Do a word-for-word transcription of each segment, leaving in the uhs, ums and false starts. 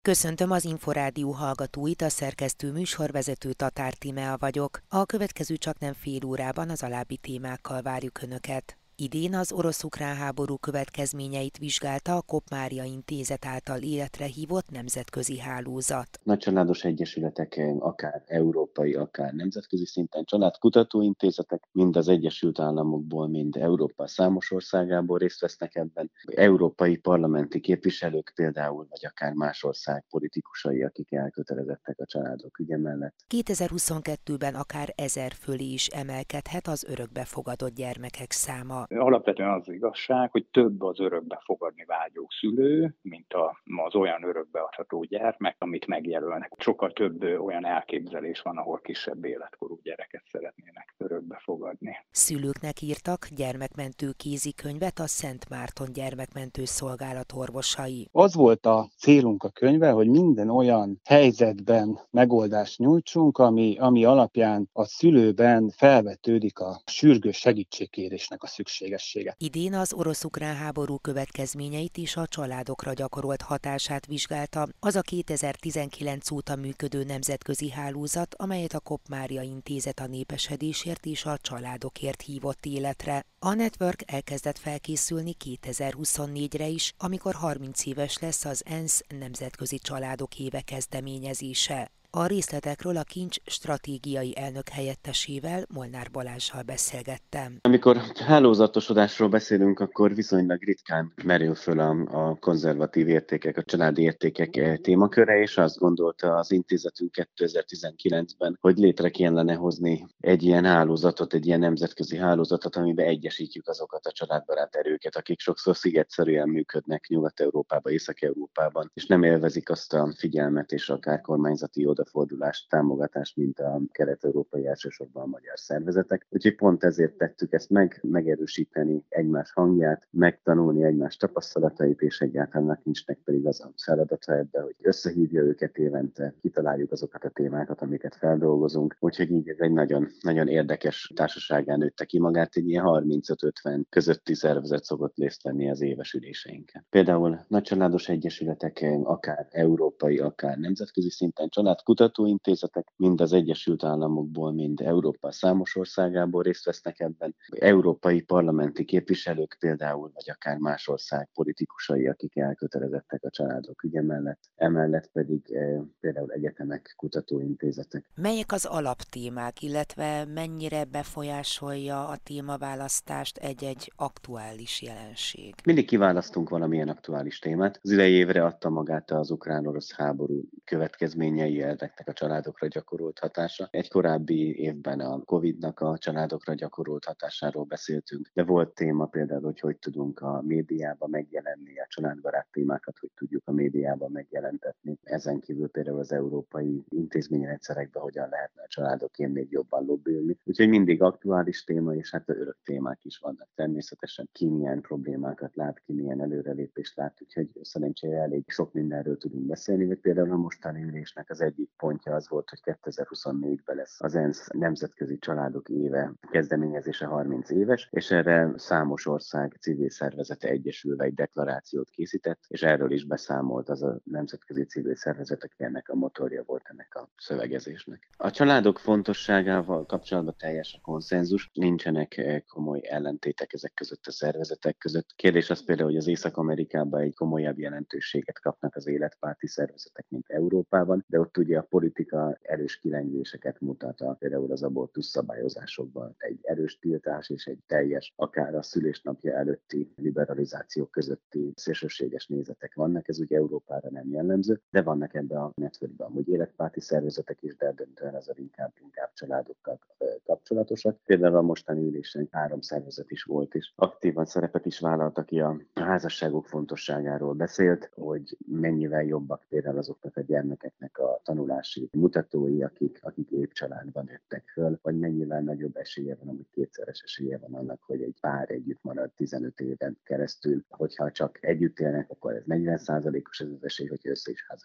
Köszöntöm az Inforádió hallgatóit, a szerkesztő műsorvezető Tatár Tímea vagyok. A következő csaknem fél órában az alábbi témákkal várjuk Önöket. Idén az orosz-ukrán háború következményeit vizsgálta a Kopp Mária Intézet által életre hívott nemzetközi hálózat. Nagycsaládos egyesületek, akár európai, akár nemzetközi szinten, családkutatóintézetek, mind az Egyesült Államokból, mind Európa számos országából részt vesznek ebben. Európai parlamenti képviselők például, vagy akár más ország politikusai, akik elkötelezettek a családok ügye mellett. kétezer-huszonkettőben akár ezer fölé is emelkedhet az örökbefogadott gyermekek száma. Alapvetően az igazság, hogy több az örökbe fogadni vágyó szülő, mint az olyan örökbeadható gyermek, amit megjelölnek. Sokkal több olyan elképzelés van, ahol kisebb életkorú gyereket szeretnének örökbe fogadni. Szülőknek írtak gyermekmentő kézikönyvet a Szent Márton Gyermekmentő Szolgálat orvosai. Az volt a célunk a könyve, hogy minden olyan helyzetben megoldást nyújtsunk, ami, ami alapján a szülőben felvetődik a sürgős segítségkérésnek a szükségessége. Idén az orosz-ukrán háború következményeit és a családokra gyakorolt hatását vizsgálta az a kétezer-tizenkilenc óta működő nemzetközi hálózat, amelyet a Kopp Mária Intézet a népesedésért és a családokért hívott életre. A network elkezdett felkészülni kétezer-huszonnégyre is, amikor harminc éves lesz az ENSZ Nemzetközi Családok Éve kezdeményezése. A részletekről a Kincs stratégiai elnök helyettesével, Molnár Balázssal beszélgettem. Amikor hálózatosodásról beszélünk, akkor viszonylag ritkán merül föl a, a konzervatív értékek, a családi értékek témaköre, és azt gondolta az intézetünk kétezer-tizenkilencben, hogy létre kellene hozni egy ilyen hálózatot, egy ilyen nemzetközi hálózatot, amiben egyesítjük azokat a családbarát erőket, akik sokszor szigetszerűen működnek Nyugat-Európában, Észak-Európában, és nem élvezik azt a figyelmet és akár kormányzati odafordulást, támogatást, mint a kelet-európai, elsősorban a magyar szervezetek. Úgyhogy pont ezért tettük ezt meg, megerősíteni egymás hangját, megtanulni egymás tapasztalatait, és egyáltalán a Kincsnek pedig az a feladata ebbe, hogy összehívja őket évente, kitaláljuk azokat a témákat, amiket feldolgozunk. Úgyhogy így ez egy nagyon, nagyon érdekes társaságán nőtte ki magát, egy ilyen harmincöt-ötven közötti szervezet szokott részt venni az éves üléseinken. Például nagycsaládos egyesületek, akár európai, akár nemzetközi szinten, családkutatóintézetek, mind az Egyesült Államokból, mind Európa számos országából részt vesznek ebben. Európai parlamenti képviselők például, vagy akár más ország politikusai, akik elkötelezettek a családok ügye mellett, emellett pedig e, például egyetemek, kutatóintézetek. Melyek az alaptémák, illetve mennyire befolyásolja a témaválasztást egy-egy aktuális jelenség? Mindig kiválasztunk valamilyen aktuális témát. Az idei évre adta magát az ukrán-orosz háború következményei, ezeknek a családokra gyakorolt hatása. Egy korábbi évben a Covidnak a családokra gyakorolt hatásáról beszéltünk, de volt téma például, hogy hogy tudunk a médiában megjelenni, a családbarát témákat, hogy tudjuk a médiában megjelentetni. Ezen kívül például az európai intézményrendszerekben hogyan lehetne a családokért még jobban lobbülni. Úgyhogy mindig aktuális téma, és hát örök témák is vannak természetesen. Ki milyen problémákat lát, ki milyen előrelépést lát, úgyhogy szerencsére elég sok mindenről tudunk beszélni, vagy például a mostani ülésnek az egyik pontja az volt, hogy kétezer-huszonnégyben lesz az ENSZ Nemzetközi Családok Éve kezdeményezése harminc éves, és erre számos ország civil szervezete egyesülve egy deklarációt készített, és erről is beszámolt az a nemzetközi civil szervezet, aki ennek a motorja volt ennek a szövegezésnek. A családok fontosságával kapcsolatban teljes a konszenzus, nincsenek komoly ellentétek ezek között a szervezetek között. Kérdés az például, hogy az Észak-Amerikában egy komolyabb jelentőséget kapnak az életpárti szervezetek, mint Európában, de ott ugye a politika erős kilengéseket mutat, a, például az abortusz szabályozásokban egy erős tiltás és egy teljes, akár a szülésnapja előtti liberalizáció közötti szélsőséges nézetek vannak, ez ugye Európára nem jellemző, de vannak ebben a networkben amúgy életpárti szervezetek is, de döntően az inkább, inkább családokkal kapcsolatosak. Például a mostani ülésen három szervezet is volt, és aktívan szerepet is vállalt, aki a házasságok fontosságáról beszélt, hogy mennyivel jobbak például azoknak a gyermekeknek a tanulási mutatói, akik, akik épp családban nőttek föl, vagy mennyivel nagyobb esélye van, amúgy kétszeres esélye van annak, hogy egy pár együtt marad tizenöt éven keresztül. Hogyha csak együtt élnek, akkor ez negyven százalékos ez az esély, hogyha össze is házasodnak,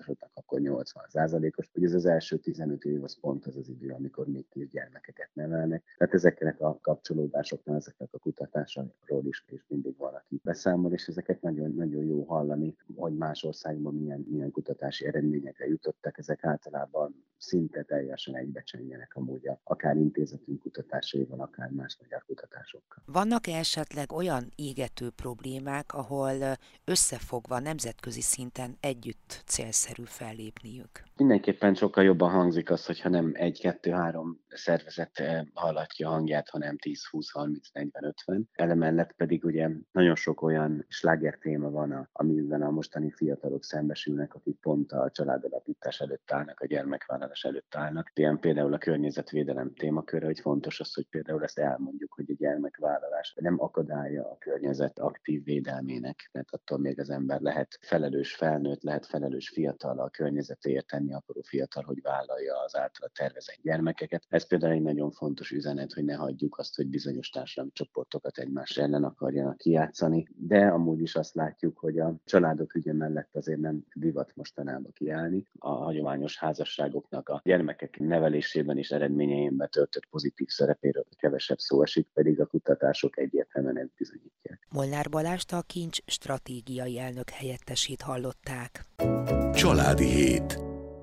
akkor nyolcvan százalékos, hogy ez az első tizenöt év az pont az az idő, amikor még kisgyermekeket nevelnek. Tehát ezeknek a kapcsolódásoknál, ezeknek a kutatásokról is, is mindig valaki beszámol, és ezeket nagyon, nagyon jó hallani, hogy más országban milyen, milyen kutatási eredményekre jutottak. Ezek általában szinte teljesen egybecsengjenek amúgy akár intézetünk kutatásaival, akár más magyar kutatásokkal. Vannak-e esetleg olyan égető problémák, ahol összefogva nemzetközi szinten együtt célszerű fellépniük? Mindenképpen sokkal jobban hangzik az, hogyha nem egy, kettő, három szervezet hallatja a hangját, hanem tíz, húsz, harminc, negyven, ötven. Elemellett pedig ugye nagyon sok olyan sláger téma van, amiben a mostani fiatalok szembesülnek, akik pont a családalapítás előtt állnak, a gyermekvállalás előtt állnak. Ilyen például a környezetvédelem témaköre, hogy fontos az, hogy például ezt elmondjuk, hogy a gyermekvállalás nem akadálya a környezet aktív védelmének, mert attól még az ember lehet felelős felnőtt, lehet felelős fiatal a környezetért tenni akaró fiatal, hogy vállalja az általa tervezett gyermekeket. Ez például egy nagyon fontos üzenet, hogy ne hagyjuk azt, hogy bizonyos társadalomcsoportokat egymás ellen akarjanak kijátszani, de amúgy is azt látjuk, hogy a családok ügye mellett azért nem divat mostanában kiállni. A hagyományos házasságoknak a gyermekek nevelésében és eredményeiben töltött pozitív szerepéről kevesebb szó esik, pedig a kutatások egyértelműen ezt bizonyítják. Molnár Balást, a Kincs stratégiai elnök helyettesét hallották. Családi hét.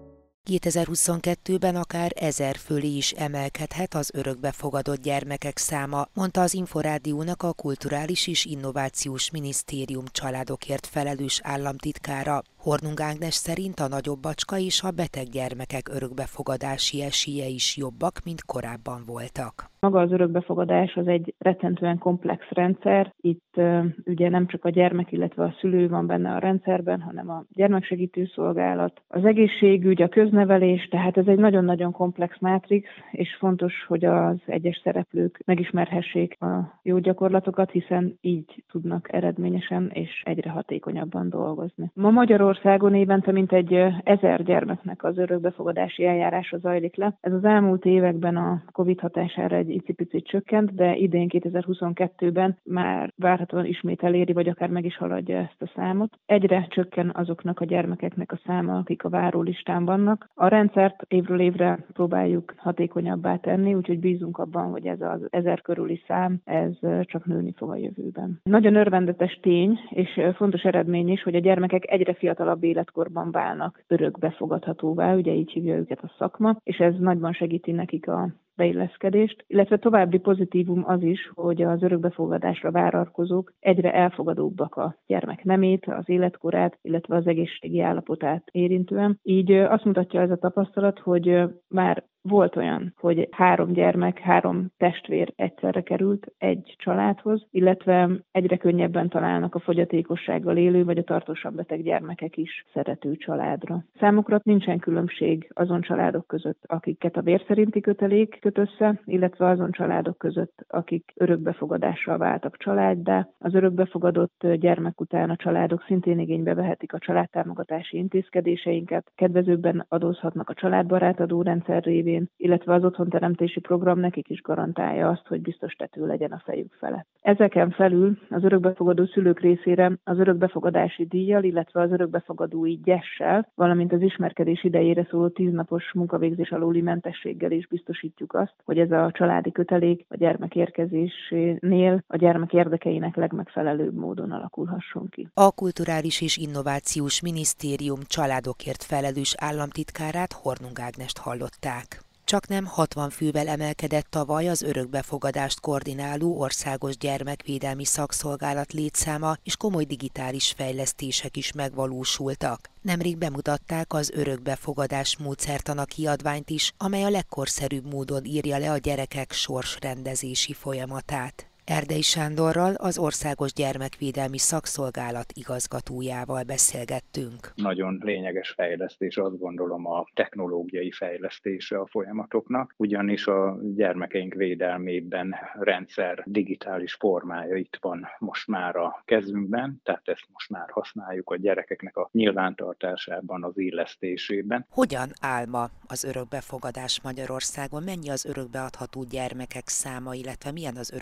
kétezer-huszonkettőben akár ezer fölé is emelkedhet az örökbefogadott gyermekek száma, mondta az Inforádiónak a Kulturális és Innovációs Minisztérium családokért felelős államtitkára. Hornung Ágnes szerint a nagyobb bacska és a beteg gyermekek örökbefogadási esélye is jobbak, mint korábban voltak. Maga az örökbefogadás az egy rettentően komplex rendszer. Itt uh, ugye nem csak a gyermek, illetve a szülő van benne a rendszerben, hanem a gyermeksegítő szolgálat, az egészségügy, a köznevelés, tehát ez egy nagyon-nagyon komplex mátrix, és fontos, hogy az egyes szereplők megismerhessék a jó gyakorlatokat, hiszen így tudnak eredményesen és egyre hatékonyabban dolgozni. Ma Magyarországon évente mintegy ezer gyermeknek az örökbefogadási eljárása zajlik le. Ez az elmúlt években a Covid hatására egy icipicit csökkent, de idén kétezer-huszonkettőben már várhatóan ismét eléri, vagy akár meg is haladja ezt a számot. Egyre csökken azoknak a gyermekeknek a száma, akik a várólistán vannak. A rendszert évről évre próbáljuk hatékonyabbá tenni, úgyhogy bízunk abban, hogy ez az ezer körüli szám, ez csak nőni fog a jövőben. Nagyon örvendetes tény, és fontos eredmény is, hogy a gyermekek egyre fiatalabb életkorban válnak örökbefogadhatóvá, ugye így hívja őket a szakma, és ez nagyban segíti nekik a beilleszkedést, illetve további pozitívum az is, hogy az örökbefogadásra váralkozók egyre elfogadóbbak a gyermek nemét, az életkorát, illetve az egészségi állapotát érintően. Így azt mutatja ez a tapasztalat, hogy már volt olyan, hogy három gyermek, három testvér egyszerre került egy családhoz, illetve egyre könnyebben találnak a fogyatékossággal élő vagy a tartósan beteg gyermekek is szerető családra. Számukra nincsen különbség azon családok között, akiket a vérszerinti kötelék köt össze, illetve azon családok között, akik örökbefogadással váltak családdá. Az örökbefogadott gyermek után a családok szintén igénybe vehetik a családtámogatási intézkedéseinket, kedvezőbben adózhatnak a családbarát adórendszer révén, illetve az otthonteremtési program nekik is garantálja azt, hogy biztos tető legyen a fejük felett. Ezeken felül az örökbefogadó szülők részére az örökbefogadási díjjal, illetve az örökbefogadói gyessel, valamint az ismerkedés idejére szóló tíznapos munkavégzés alóli mentességgel is biztosítjuk azt, hogy ez a családi kötelék a gyermek érkezésénél a gyermek érdekeinek legmegfelelőbb módon alakulhasson ki. A Kulturális és Innovációs Minisztérium családokért felelős államtitkárát, Hornung Ágnest hallották. Csaknem hatvan fővel emelkedett tavaly az örökbefogadást koordináló országos gyermekvédelmi szakszolgálat létszáma, és komoly digitális fejlesztések is megvalósultak. Nemrég bemutatták az örökbefogadás módszertana kiadványt is, amely a legkorszerűbb módon írja le a gyerekek sorsrendezési folyamatát. Erdei Sándorral, az Országos Gyermekvédelmi Szakszolgálat igazgatójával beszélgettünk. Nagyon lényeges fejlesztés, azt gondolom, a technológiai fejlesztése a folyamatoknak, ugyanis a gyermekeink védelmében rendszer digitális formája itt van most már a kezünkben, tehát ezt most már használjuk a gyerekeknek a nyilvántartásában, az illesztésében. Hogyan áll ma az örökbefogadás Magyarországon? Mennyi az örökbeadható gyermekek száma, illetve milyen az örökbefogadás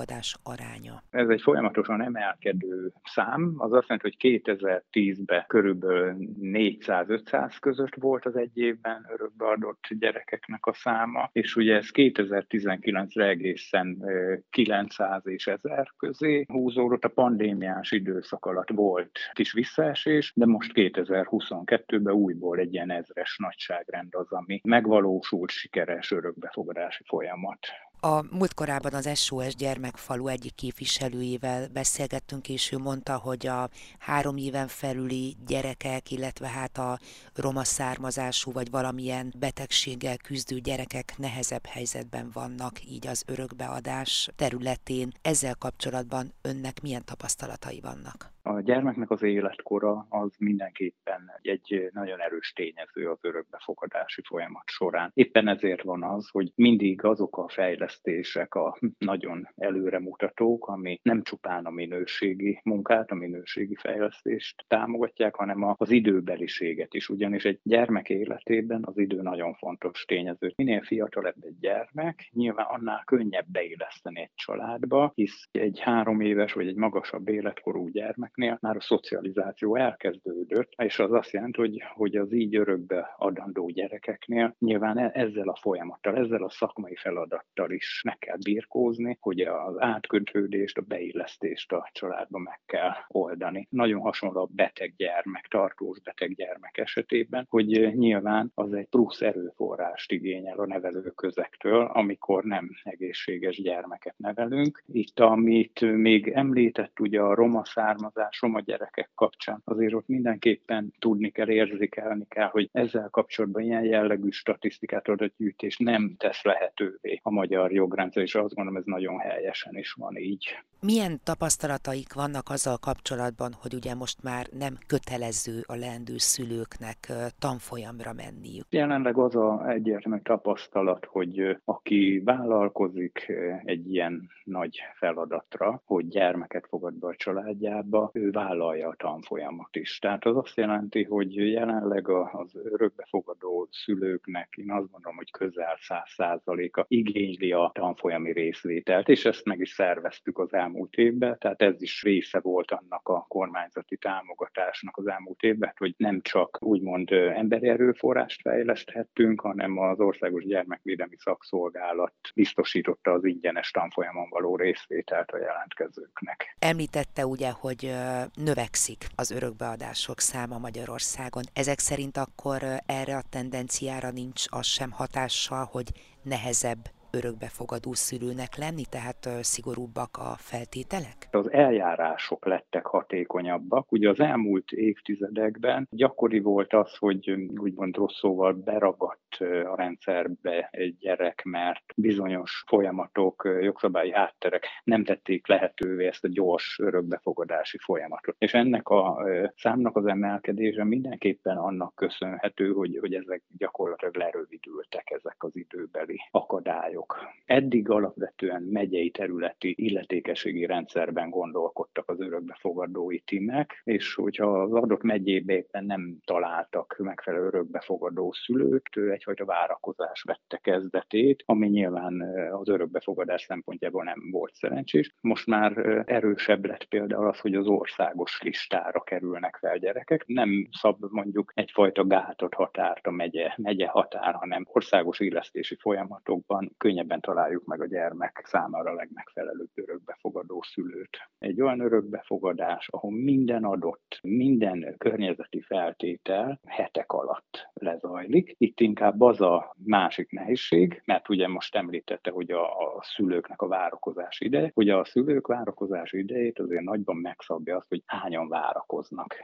örökbeadás aránya? Ez egy folyamatosan emelkedő szám, az azt jelenti, hogy kétezer-tízben körülbelül négyszáz-ötszáz között volt az egy évben örökbeadott gyerekeknek a száma, és ugye ez kétezer-tizenkilencre egészen kilencszáz és ezer közé húzódott, a pandémiás időszak alatt volt kis visszaesés, de most kétezer-huszonkettőben újból egy ilyen ezres nagyságrend az, ami megvalósult sikeres örökbefogadási folyamat. A múltkorában az es o es Gyermekfalu egyik képviselőjével beszélgettünk, és ő mondta, hogy a három éven felüli gyerekek, illetve hát a roma származású vagy valamilyen betegséggel küzdő gyerekek nehezebb helyzetben vannak így az örökbeadás területén. Ezzel kapcsolatban önnek milyen tapasztalatai vannak? A gyermeknek az életkora az mindenképpen egy nagyon erős tényező az örökbefogadási folyamat során. Éppen ezért van az, hogy mindig azok a fejlesztések a nagyon előremutatók, ami nem csupán a minőségi munkát, a minőségi fejlesztést támogatják, hanem az időbeliséget is. Ugyanis egy gyermek életében az idő nagyon fontos tényező. Minél fiatalabb egy gyermek, nyilván annál könnyebb beilleszteni egy családba, hisz egy három éves vagy egy magasabb életkorú gyermek már a szocializáció elkezdődött, és az azt jelenti, hogy, hogy az így örökbe adandó gyerekeknél nyilván ezzel a folyamattal, ezzel a szakmai feladattal is meg kell birkózni, hogy az átkötődést, a beillesztést a családba meg kell oldani. Nagyon hasonló a beteg gyermek, tartós beteg gyermek esetében, hogy nyilván az egy plusz erőforrást igényel a nevelőközektől, amikor nem egészséges gyermeket nevelünk. Itt, amit még említett, ugye a roma származás, roma gyerekek kapcsán, azért ott mindenképpen tudni kell, érzékelni kell, hogy ezzel kapcsolatban ilyen jellegű statisztikát, adatgyűjtés nem tesz lehetővé a magyar jogrendszer, és azt gondolom, ez nagyon helyesen is van így. Milyen tapasztalataik vannak azzal kapcsolatban, hogy ugye most már nem kötelező a leendő szülőknek tanfolyamra menniük? Jelenleg az a egyértelmű tapasztalat, hogy aki vállalkozik egy ilyen nagy feladatra, hogy gyermeket fogad be a családjába, ő vállalja a tanfolyamat is. Tehát az azt jelenti, hogy jelenleg az örökbefogadó szülőknek, én azt gondolom, hogy közel száz százaléka igényli a tanfolyami részvételt, és ezt meg is szerveztük az elmúlt évben, tehát ez is része volt annak a kormányzati támogatásnak az elmúlt évben, hogy nem csak úgymond emberi erőforrást fejleszthettünk, hanem az Országos Gyermekvédelmi Szakszolgálat biztosította az ingyenes tanfolyamon való részvételt a jelentkezőknek. Említette ugye, hogy növekszik az örökbeadások száma Magyarországon. Ezek szerint akkor erre a tendenciára nincs az sem hatással, hogy nehezebb örökbefogadó szülőnek lenni, tehát szigorúbbak a feltételek? Az eljárások lettek hatékonyabbak. Ugye az elmúlt évtizedekben gyakori volt az, hogy úgymond rossz szóval beragadt a rendszerbe egy gyerek, mert bizonyos folyamatok, jogszabályi hátterek nem tették lehetővé ezt a gyors örökbefogadási folyamatot. És ennek a számnak az emelkedése mindenképpen annak köszönhető, hogy, hogy ezek gyakorlatilag lerövidültek, ezek az időbeli akadályok. Eddig alapvetően megyei területi illetékességi rendszerben gondolkodtak az örökbefogadói tímek, és hogyha az adott megyében éppen nem találtak megfelelő örökbefogadó szülőt, egyfajta várakozás vette kezdetét, ami nyilván az örökbefogadás szempontjából nem volt szerencsés. Most már erősebb lett például az, hogy az országos listára kerülnek fel gyerekek. Nem szab mondjuk egyfajta gátot, határt a megye, megye határ, hanem országos illesztési folyamatokban könnyebben találjuk meg a gyermek számára a legmegfelelőbb örökbefogadó szülőt. Egy olyan örökbefogadás, ahol minden adott, minden környezeti feltétel hetek alatt lezajlik. Itt inkább az a másik nehézség, mert ugye most említette, hogy a, a szülőknek a várakozás ideje, hogy a szülők várakozási idejét azért nagyban megszabja azt, hogy hányan várakoznak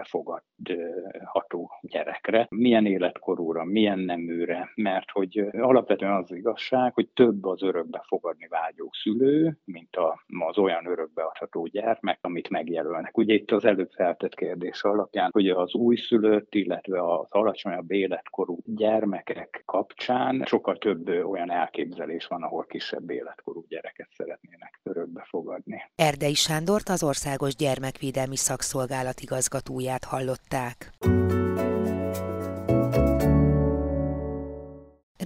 örökbefogadható gyerekre, milyen életkorúra, milyen neműre, mert hogy alapvetően az igazság, hogy több az örökbe fogadni vágyó szülő, mint a, az olyan örökbeadható gyermek, amit megjelölnek. Ugye itt az előbb feltett kérdés alapján, hogy az újszülött, illetve az alacsonyabb életkorú gyermekek kapcsán sokkal több olyan elképzelés van, ahol kisebb életkorú gyereket szeretnének örökbe fogadni. Erdei Sándort, az Országos Gyermekvédelmi Szakszolgálat igazgatóját hallották.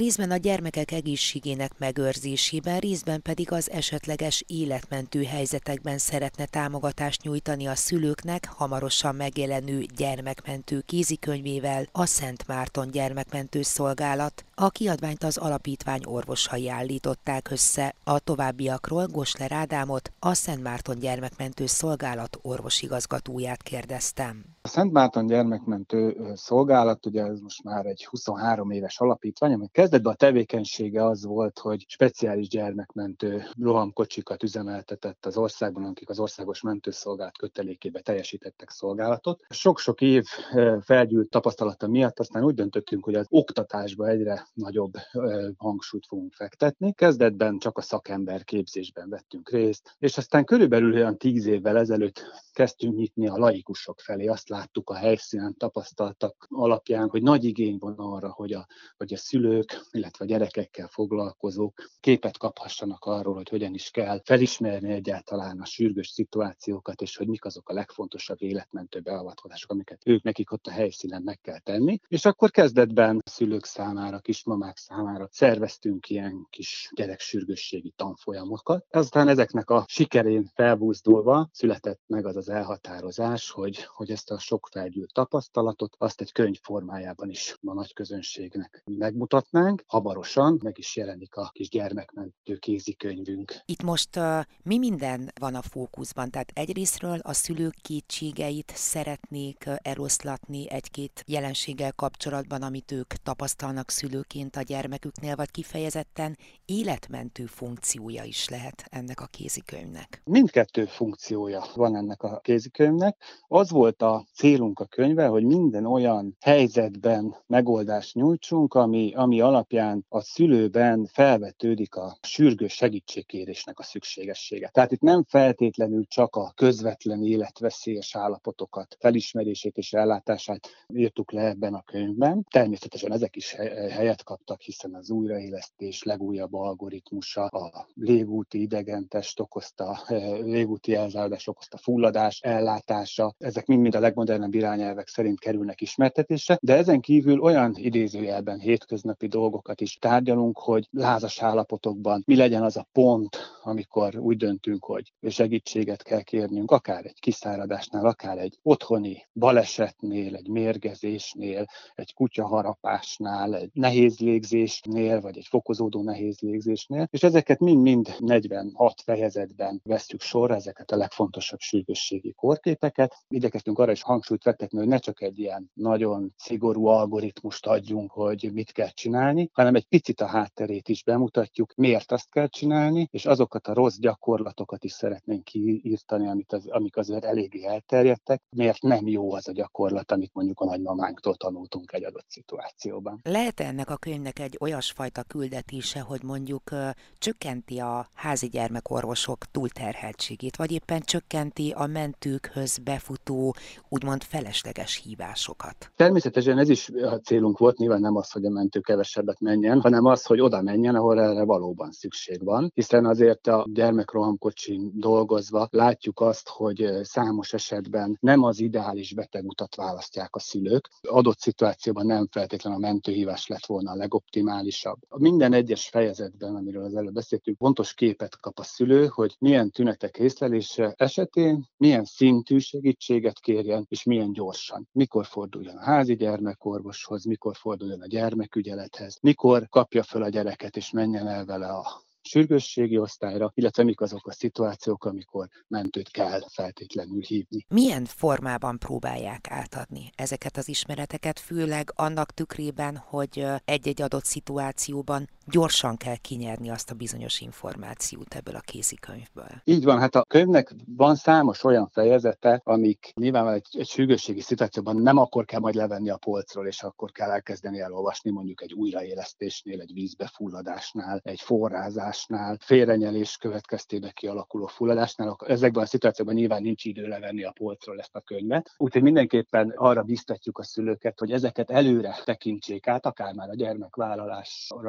Részben a gyermekek egészségének megőrzésében, részben pedig az esetleges életmentő helyzetekben szeretne támogatást nyújtani a szülőknek hamarosan megjelenő gyermekmentő kézikönyvével a Szent Márton Gyermekmentő Szolgálat. A kiadványt az alapítvány orvosai állították össze. A továbbiakról Gosler Ádámot, a Szent Márton Gyermekmentő Szolgálat orvosigazgatóját kérdeztem. A Szent Márton Gyermekmentő Szolgálat, ugye ez most már egy huszonhárom éves alapítvány, amely kezdetben a tevékenysége az volt, hogy speciális gyermekmentő rohamkocsikat üzemeltetett az országban, akik az Országos Mentőszolgálat kötelékébe teljesítettek szolgálatot. Sok-sok év felgyűlt tapasztalata miatt aztán úgy döntöttünk, hogy az oktatásba egyre nagyobb hangsúlyt fogunk fektetni. Kezdetben csak a szakember képzésben vettünk részt, és aztán körülbelül olyan tíz évvel ezelőtt kezdtünk nyitni a laikusok felé. Azt láttuk a helyszínen tapasztaltak alapján, hogy nagy igény van arra, hogy a, hogy a szülők, illetve a gyerekekkel foglalkozók képet kaphassanak arról, hogy hogyan is kell felismerni egyáltalán a sürgős szituációkat, és hogy mik azok a legfontosabb életmentő beavatkozások, amiket ők nekik ott a helyszínen meg kell tenni. És akkor kezdetben a szülők számára, kismamák számára szerveztünk ilyen kis gyereksürgősségi tanfolyamokat. Aztán ezeknek a sikerén felbuzdulva született meg az az elhatározás, hogy, hogy ezt a sok felgyűlt tapasztalatot azt egy könyv formájában is a nagy közönségnek megmutatnánk. Hamarosan meg is jelenik a kis gyermekmentő kézikönyvünk. Itt most uh, mi minden van a fókuszban? Tehát egyrészről a szülők kétségeit szeretnék uh, eloszlatni egy-két jelenséggel kapcsolatban, amit ők tapasztalnak szülőként a gyermeküknél, vagy kifejezetten életmentő funkciója is lehet ennek a kézikönyvnek? Mindkettő funkciója van ennek a kézikönyvnek. Az volt a célunk a könyvvel, hogy minden olyan helyzetben megoldást nyújtsunk, ami, ami alapján a szülőben felvetődik a sürgős segítségkérésnek a szükségessége. Tehát itt nem feltétlenül csak a közvetlen életveszélyes állapotokat, felismerését és ellátását írtuk le ebben a könyvben. Természetesen ezek is helyet kaptak, hiszen az újraélesztés legújabb algoritmusa, a légúti idegentest okozta, légúti elzárodás okozta fulladás ellátása, ezek mind-mind a legmodernebb irányelvek szerint kerülnek ismertetésre, de ezen kívül olyan idézőjelben hétköznapi dolgokat is tárgyalunk, hogy lázas állapotokban mi legyen az a pont, amikor úgy döntünk, hogy segítséget kell kérnünk, akár egy kiszáradásnál, akár egy otthoni balesetnél, egy mérgezésnél, egy kutyaharapásnál, egy nehéz légzésnél, vagy egy fokozódó nehéz légzésnél, és ezeket mind-mind negyvenhat fejezetben vesszük sorra, ezeket a legfontosabb sürgősségi kórképeket. Igyekeztünk arra is hangsúlyt fektetni, hogy ne csak egy ilyen nagyon szigorú algoritmust adjunk, hogy mit kell csinálni, hanem egy picit a hátterét is bemutatjuk, miért azt kell csinálni, és azokat a rossz gyakorlatokat is szeretnénk kiírtani, amit az, amik azért eléggé elterjedtek, miért nem jó az a gyakorlat, amit mondjuk a nagymamánktól tanultunk egy adott szituációban. Lehet ennek a könyvnek egy olyasfajta küldetése, hogy mondjuk uh, csökkenti a házi gyermekorvosok túlterheltségét, vagy éppen csökkenti a mentőkhöz befutó, úgymond felesleges hívásokat? Természetesen ez is a célunk volt, nyilván nem az, hogy a mentő kevesebbet menjen, hanem az, hogy oda menjen, ahol erre valóban szükség van, hiszen azért a gyermekrohamkocsin dolgozva látjuk azt, hogy számos esetben nem az ideális betegutat választják a szülők. Adott szituációban nem feltétlenül a mentőhívás lett volna a legoptimálisabb. Minden egyes fejezetben, amiről az előbb beszéltünk, pontos képet kap a szülő, hogy milyen tünetek észlelése esetén milyen szintű segítséget kérjen, és milyen gyorsan. Mikor forduljon a házi gyermekorvoshoz, mikor forduljon a gyermekügyelethez, mikor kapja föl a gyereket, és menjen el vele a sürgősségi osztályra, illetve mik azok a szituációk, amikor mentőt kell feltétlenül hívni. Milyen formában próbálják átadni ezeket az ismereteket, főleg annak tükrében, hogy egy-egy adott szituációban gyorsan kell kinyerni azt a bizonyos információt ebből a kézikönyvből? Így van, hát a könyvnek van számos olyan fejezete, amik nyilván egy, egy sürgősségi szituációban nem akkor kell majd levenni a polcról, és akkor kell elkezdeni elolvasni mondjuk egy újraélesztésnél, egy vízbefulladásnál, egy forrázásnál, félrenyelés következtében kialakuló fulladásnál. Ezekben a szituációban nyilván nincs idő levenni a polcról ezt a könyvet. Úgyhogy mindenképpen arra biztatjuk a szülőket, hogy ezeket előre tekintsék át, akár már a gyermekvállalásra való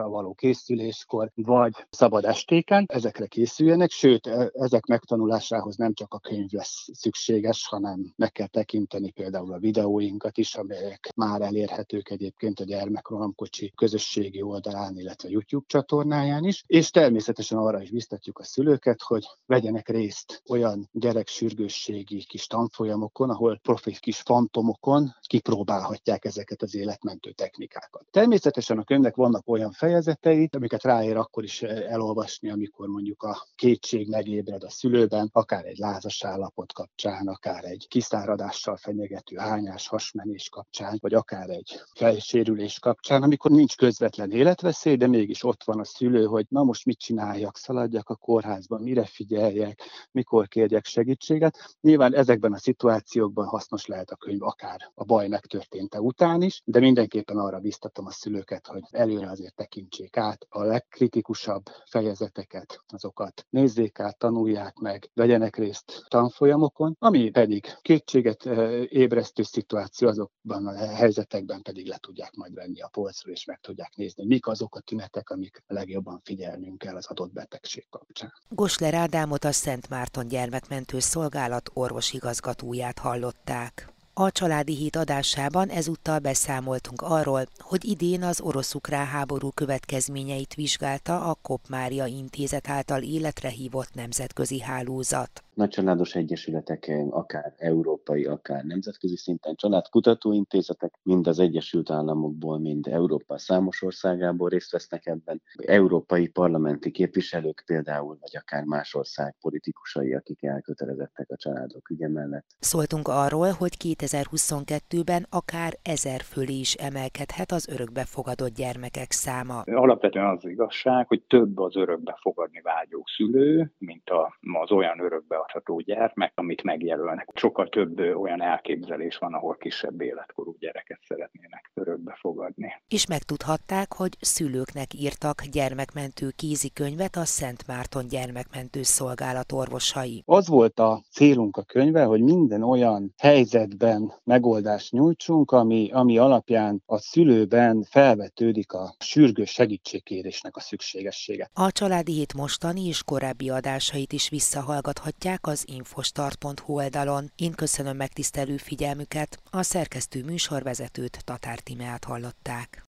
készüléskor, vagy szabad estéken, ezekre készüljenek, sőt, ezek megtanulásához nem csak a könyv lesz szükséges, hanem meg kell tekinteni például a videóinkat is, amelyek már elérhetők egyébként a Gyermekrohamkocsi közösségi oldalán, illetve YouTube csatornáján is, és természetesen arra is biztatjuk a szülőket, hogy vegyenek részt olyan gyereksürgősségi kis tanfolyamokon, ahol profi kis fantomokon kipróbálhatják ezeket az életmentő technikákat. Természetesen a könyvnek vannak olyan fejezetei, amiket ráér akkor is elolvasni, amikor mondjuk a kétség megébred a szülőben, akár egy lázas állapot kapcsán, akár egy kiszáradással fenyegető hányás, hasmenés kapcsán, vagy akár egy fejsérülés kapcsán, amikor nincs közvetlen életveszély, de mégis ott van a szülő, hogy na most mit csináljak, szaladjak a kórházba, mire figyeljek, mikor kérjek segítséget. Nyilván ezekben a szituációkban hasznos lehet a könyv akár a baj megtörténte után is, de mindenképpen arra biztatom a szülőket, hogy előre azért tekintsék át a legkritikusabb fejezeteket, azokat nézzék át, tanulják meg, vegyenek részt tanfolyamokon, ami pedig kétséget ébresztő szituáció, azokban a helyzetekben pedig le tudják majd venni a polcról, és meg tudják nézni, mik azok a tünetek, amik a legjobban figyelnünk kell az adott betegség kapcsán. Gosler Ádámot, a Szent Márton Gyermekmentő Szolgálat orvosigazgatóját hallották. A Családi Hét adásában ezúttal beszámoltunk arról, hogy idén az orosz-ukrán háború következményeit vizsgálta a Kopp Mária Intézet által életre hívott nemzetközi hálózat. Nagycsaládos egyesületek, akár európai, akár nemzetközi szinten, családkutatóintézetek, mind az Egyesült Államokból, mind Európa számos országából részt vesznek ebben. Európai parlamenti képviselők például, vagy akár más ország politikusai, akik elkötelezettek a családok ügye mellett. Szóltunk arról, hogy kétezer-huszonkettőben akár ezer fölé is emelkedhet az örökbefogadott gyermekek száma. Alapvetően az igazság, hogy több az örökbefogadni vágyó szülő, mint az olyan örökbe adható gyermek, amit megjelölnek. Sokkal több olyan elképzelés van, ahol kisebb életkorú gyereket szeretnének örökbe fogadni. És megtudhatták, hogy szülőknek írtak gyermekmentő kézikönyvet a Szent Márton Gyermekmentő Szolgálat orvosai. Az volt a célunk a könyvvel, hogy minden olyan helyzetben megoldást nyújtsunk, ami, ami alapján a szülőben felvetődik a sürgős segítségkérésnek a szükségessége. A Családi Hét mostani és korábbi adásait is visszahallgathatják az infostart pont hu oldalon. Én köszönöm megtisztelő figyelmüket, a szerkesztő műsorvezetőt, Tatár Tímeát hallották.